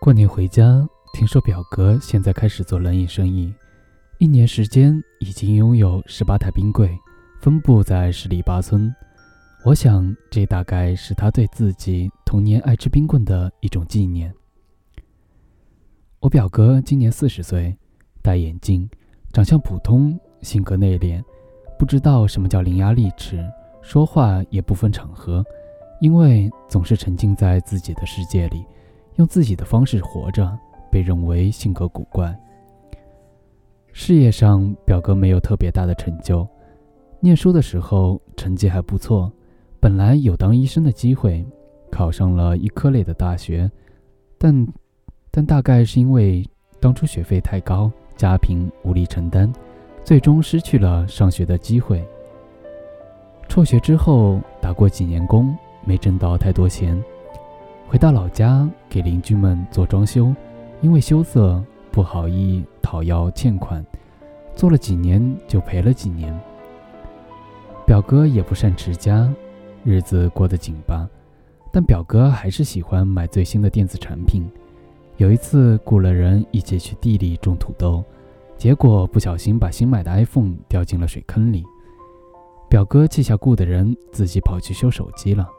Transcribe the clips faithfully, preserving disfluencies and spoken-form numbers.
过年回家，听说表哥现在开始做冷饮生意，一年时间已经拥有十八台冰柜，分布在十里八村。我想这大概是他对自己童年爱吃冰棍的一种纪念。我表哥今年四十岁，戴眼镜，长相普通，性格内敛，不知道什么叫伶牙俐齿，说话也不分场合，因为总是沉浸在自己的世界里，用自己的方式活着，被认为性格古怪。事业上，表哥没有特别大的成就，念书的时候成绩还不错，本来有当医生的机会，考上了医科类的大学，但但大概是因为当初学费太高，家贫无力承担，最终失去了上学的机会。辍学之后打过几年工，没挣到太多钱，回到老家给邻居们做装修，因为羞涩不好意讨要欠款，做了几年就赔了几年。表哥也不善持家，日子过得紧巴，但表哥还是喜欢买最新的电子产品。有一次雇了人一起去地里种土豆，结果不小心把新买的 iPhone 掉进了水坑里。表哥气下雇的人，自己跑去修手机了。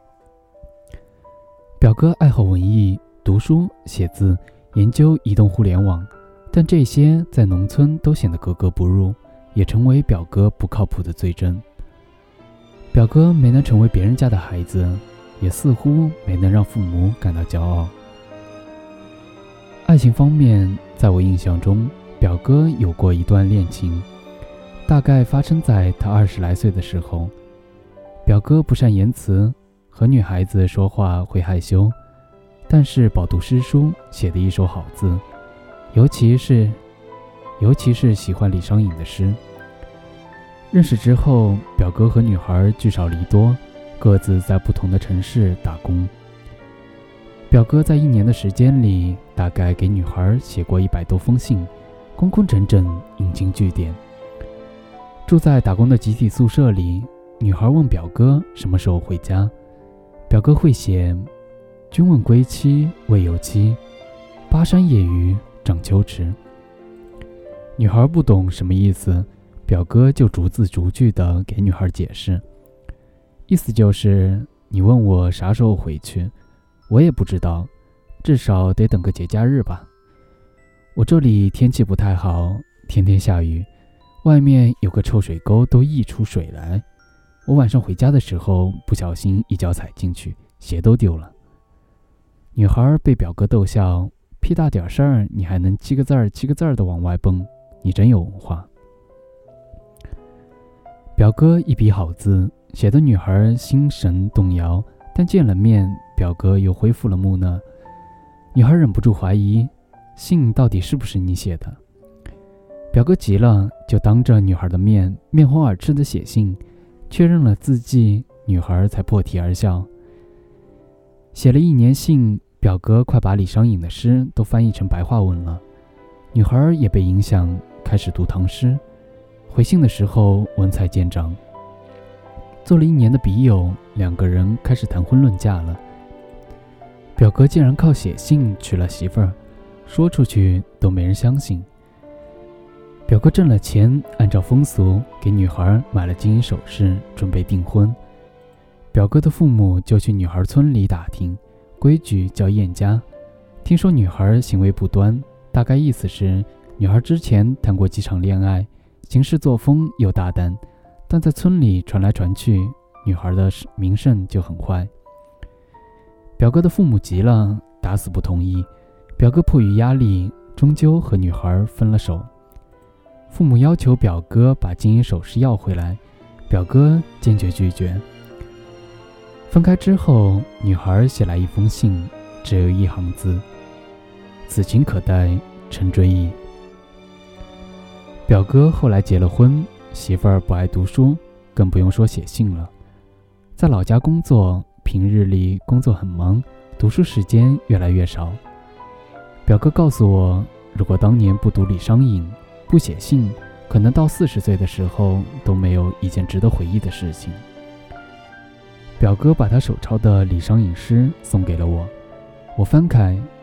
表哥爱好文艺，读书、写字、研究移动互联网，但这些在农村都显得格格不入，也成为表哥不靠谱的罪证。表哥没能成为别人家的孩子，也似乎没能让父母感到骄傲。爱情方面，在我印象中，表哥有过一段恋情，大概发生在他二十来岁的时候。表哥不善言辞，和女孩子说话会害羞，但是饱读诗书，写的一手好字，尤其是尤其是喜欢李商隐的诗。认识之后，表哥和女孩聚少离多，各自在不同的城市打工。表哥在一年的时间里，大概给女孩写过一百多封信，工工整整，引经据典。住在打工的集体宿舍里，女孩问表哥什么时候回家，表哥会写：君问归期，未有期，巴山夜雨涨秋池。女孩不懂什么意思，表哥就逐字逐句地给女孩解释，意思就是你问我啥时候回去，我也不知道，至少得等个节假日吧。我这里天气不太好，天天下雨，外面有个臭水沟都溢出水来，我晚上回家的时候不小心一脚踩进去，鞋都丢了。女孩被表哥逗笑，屁大点事儿你还能七个字儿七个字儿的往外蹦，你真有文化。表哥一笔好字，写的女孩心神动摇，但见了面，表哥又恢复了木讷。女孩忍不住怀疑，信到底是不是你写的？表哥急了，就当着女孩的面面红耳赤的写信，确认了字迹，女孩才破涕而笑。写了一年信，表哥快把李商隐的诗都翻译成白话文了，女孩也被影响，开始读唐诗。回信的时候文采见长，做了一年的笔友，两个人开始谈婚论嫁了。表哥竟然靠写信娶了媳妇儿，说出去都没人相信。表哥挣了钱，按照风俗给女孩买了金银首饰，准备订婚。表哥的父母就去女孩村里打听，规矩叫验家。听说女孩行为不端，大概意思是女孩之前谈过几场恋爱，行事作风又大胆，但在村里传来传去，女孩的名声就很坏。表哥的父母急了，打死不同意。表哥迫于压力，终究和女孩分了手。父母要求表哥把金银首饰要回来，表哥坚决拒绝。分开之后，女孩写来一封信，只有一行字：此情可待成追忆。表哥后来结了婚，媳妇儿不爱读书，更不用说写信了。在老家工作，平日里工作很忙，读书时间越来越少。表哥告诉我，如果当年不读李商隐，不写信，可能到四十岁的时候都没有一件值得回忆的事情。表哥把他手抄的李商隐诗送给了我，我翻开，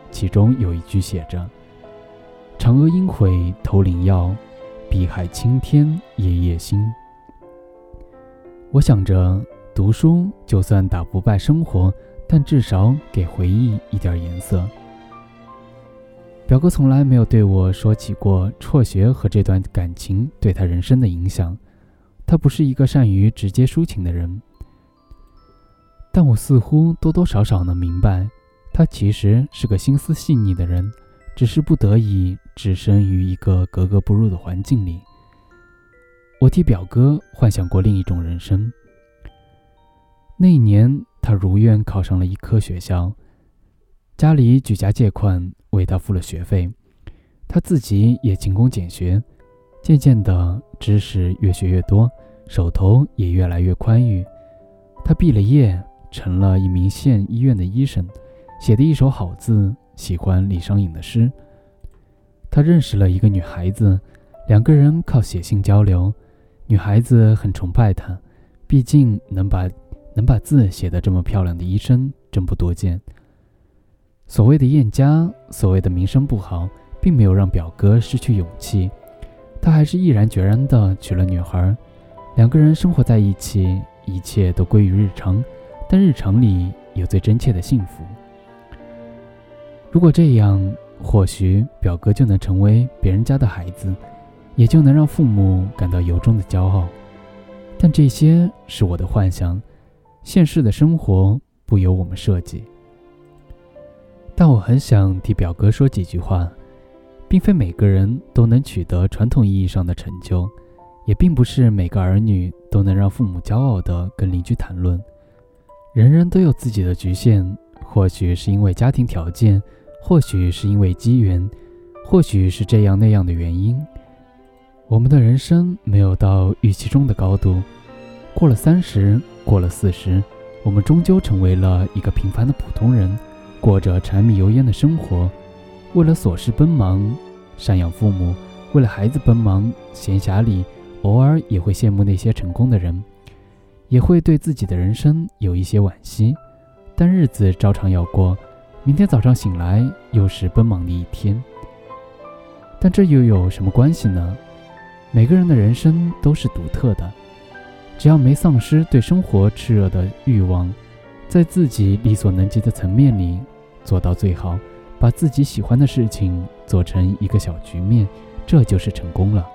其中有一句写着：嫦娥应悔投灵药，碧海青天夜夜心。我想着读书就算打不败生活，但至少给回忆一点颜色。表哥从来没有对我说起过辍学和这段感情对他人生的影响，他不是一个善于直接抒情的人，但我似乎多多少少能明白，他其实是个心思细腻的人，只是不得已置身于一个格格不入的环境里。我替表哥幻想过另一种人生。那一年，他如愿考上了医科学校，家里举家借款为他付了学费，他自己也勤工俭学，渐渐的知识越学越多，手头也越来越宽裕。他毕了业，成了一名县医院的医生，写的一手好字，喜欢李商隐的诗。他认识了一个女孩子，两个人靠写信交流，女孩子很崇拜他，毕竟能把能把字写得这么漂亮的医生真不多见。所谓的厌家，所谓的名声不好，并没有让表哥失去勇气，他还是毅然决然地娶了女孩。两个人生活在一起，一切都归于日常，但日常里有最真切的幸福。如果这样，或许表哥就能成为别人家的孩子，也就能让父母感到由衷的骄傲。但这些是我的幻想，现实的生活不由我们设计。但我很想替表哥说几句话，并非每个人都能取得传统意义上的成就，也并不是每个儿女都能让父母骄傲地跟邻居谈论。人人都有自己的局限，或许是因为家庭条件，或许是因为机缘，或许是这样那样的原因。我们的人生没有到预期中的高度，过了三十，过了四十，我们终究成为了一个平凡的普通人，过着柴米油盐的生活，为了琐事奔忙，赡养父母，为了孩子奔忙，闲暇里偶尔也会羡慕那些成功的人，也会对自己的人生有一些惋惜，但日子照常要过，明天早上醒来又是奔忙的一天。但这又有什么关系呢？每个人的人生都是独特的，只要没丧失对生活炽热的欲望，在自己力所能及的层面里做到最好，把自己喜欢的事情做成一个小局面，这就是成功了。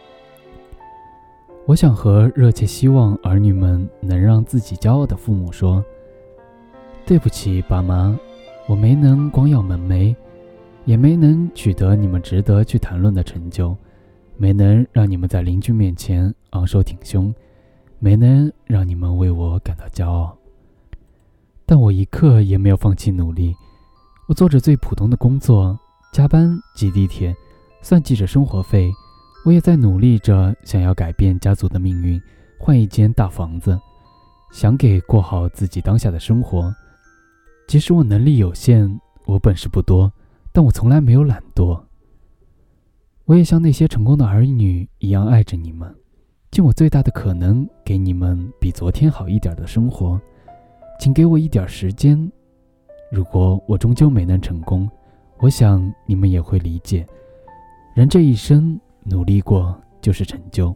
我想和热切希望儿女们能让自己骄傲的父母说，对不起爸妈，我没能光耀门楣，也没能取得你们值得去谈论的成就，没能让你们在邻居面前昂首挺胸，没能让你们为我感到骄傲。但我一刻也没有放弃努力，我做着最普通的工作，加班挤地铁，算计着生活费，我也在努力着想要改变家族的命运，换一间大房子，想给过好自己当下的生活。即使我能力有限，我本事不多，但我从来没有懒惰。我也像那些成功的儿女一样爱着你们，尽我最大的可能给你们比昨天好一点的生活。请给我一点时间，如果我终究没能成功，我想你们也会理解，人这一生努力过就是成就。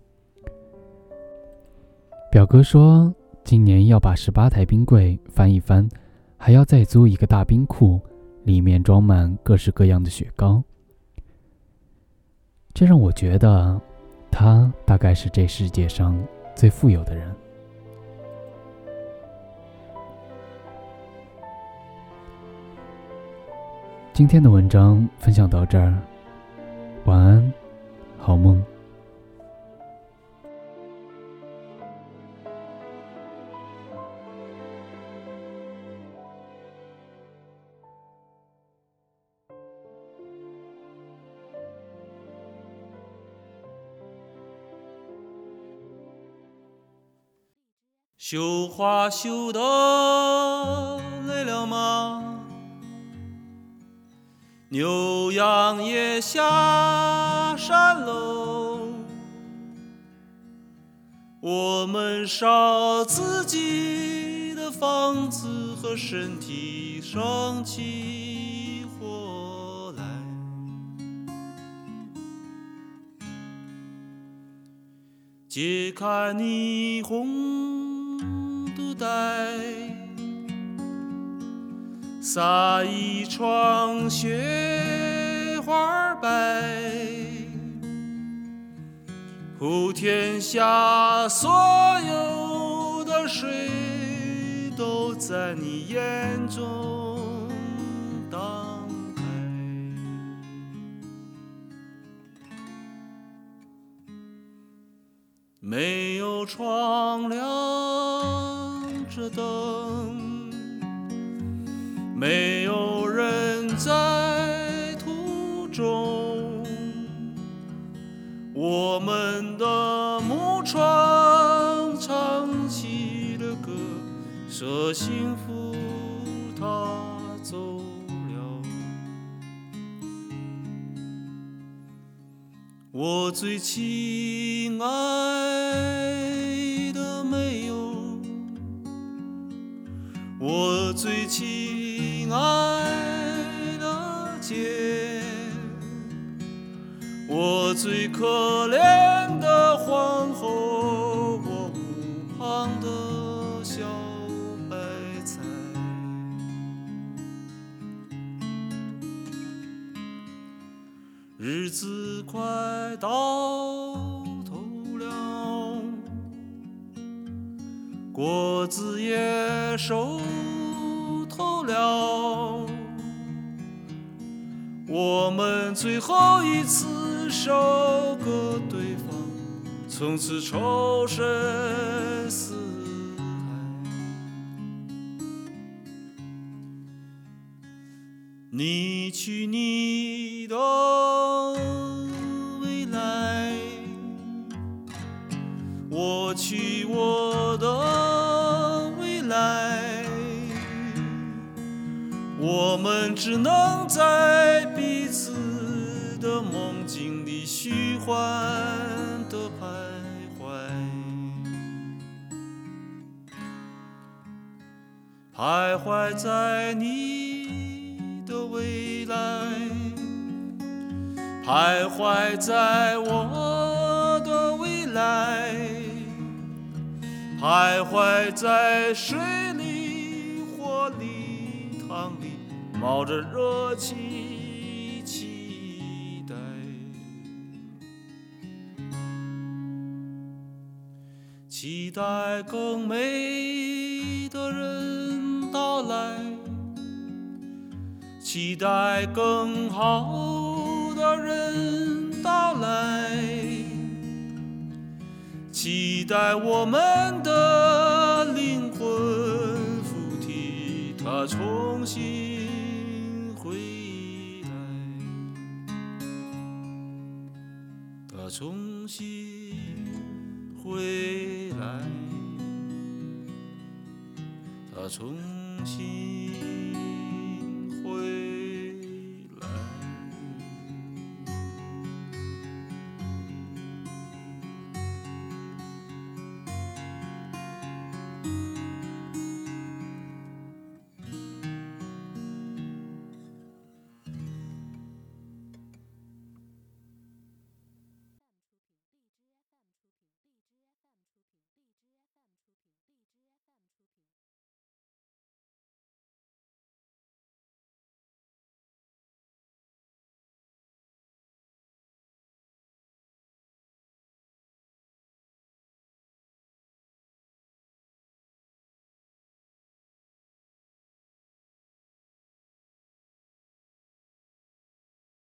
表哥说今年要把十八台冰柜翻一翻，还要再租一个大冰库，里面装满各式各样的雪糕。这让我觉得他大概是这世界上最富有的人。今天的文章分享到这儿，晚安，好梦。 绣花绣得累了吗？牛羊也下山喽，我们烧自己的房子和身体生气活来。解开霓虹的带，撒一床雪花白，普天下所有的水都在你眼中荡开。没有窗亮着灯，没有人在途中，我们的木窗唱起了歌，说幸福它走了。我最亲爱的没有，我最亲爱的姐，我最可怜的皇后，我湖旁的小白菜。日子快到头了，果子也熟透了，我们最后一次收割对方，从此仇深似海。你去你的未来，我去我的未来，我们只能在彼此的梦境里虚幻地徘徊，徘徊在你的未来，徘徊在我的未来，徘徊在水里火里汤里，冒着热气期待。期待更美的人到来，期待更好的人到来，期待我们的灵魂附体，它重新回来，它重新回来，它重新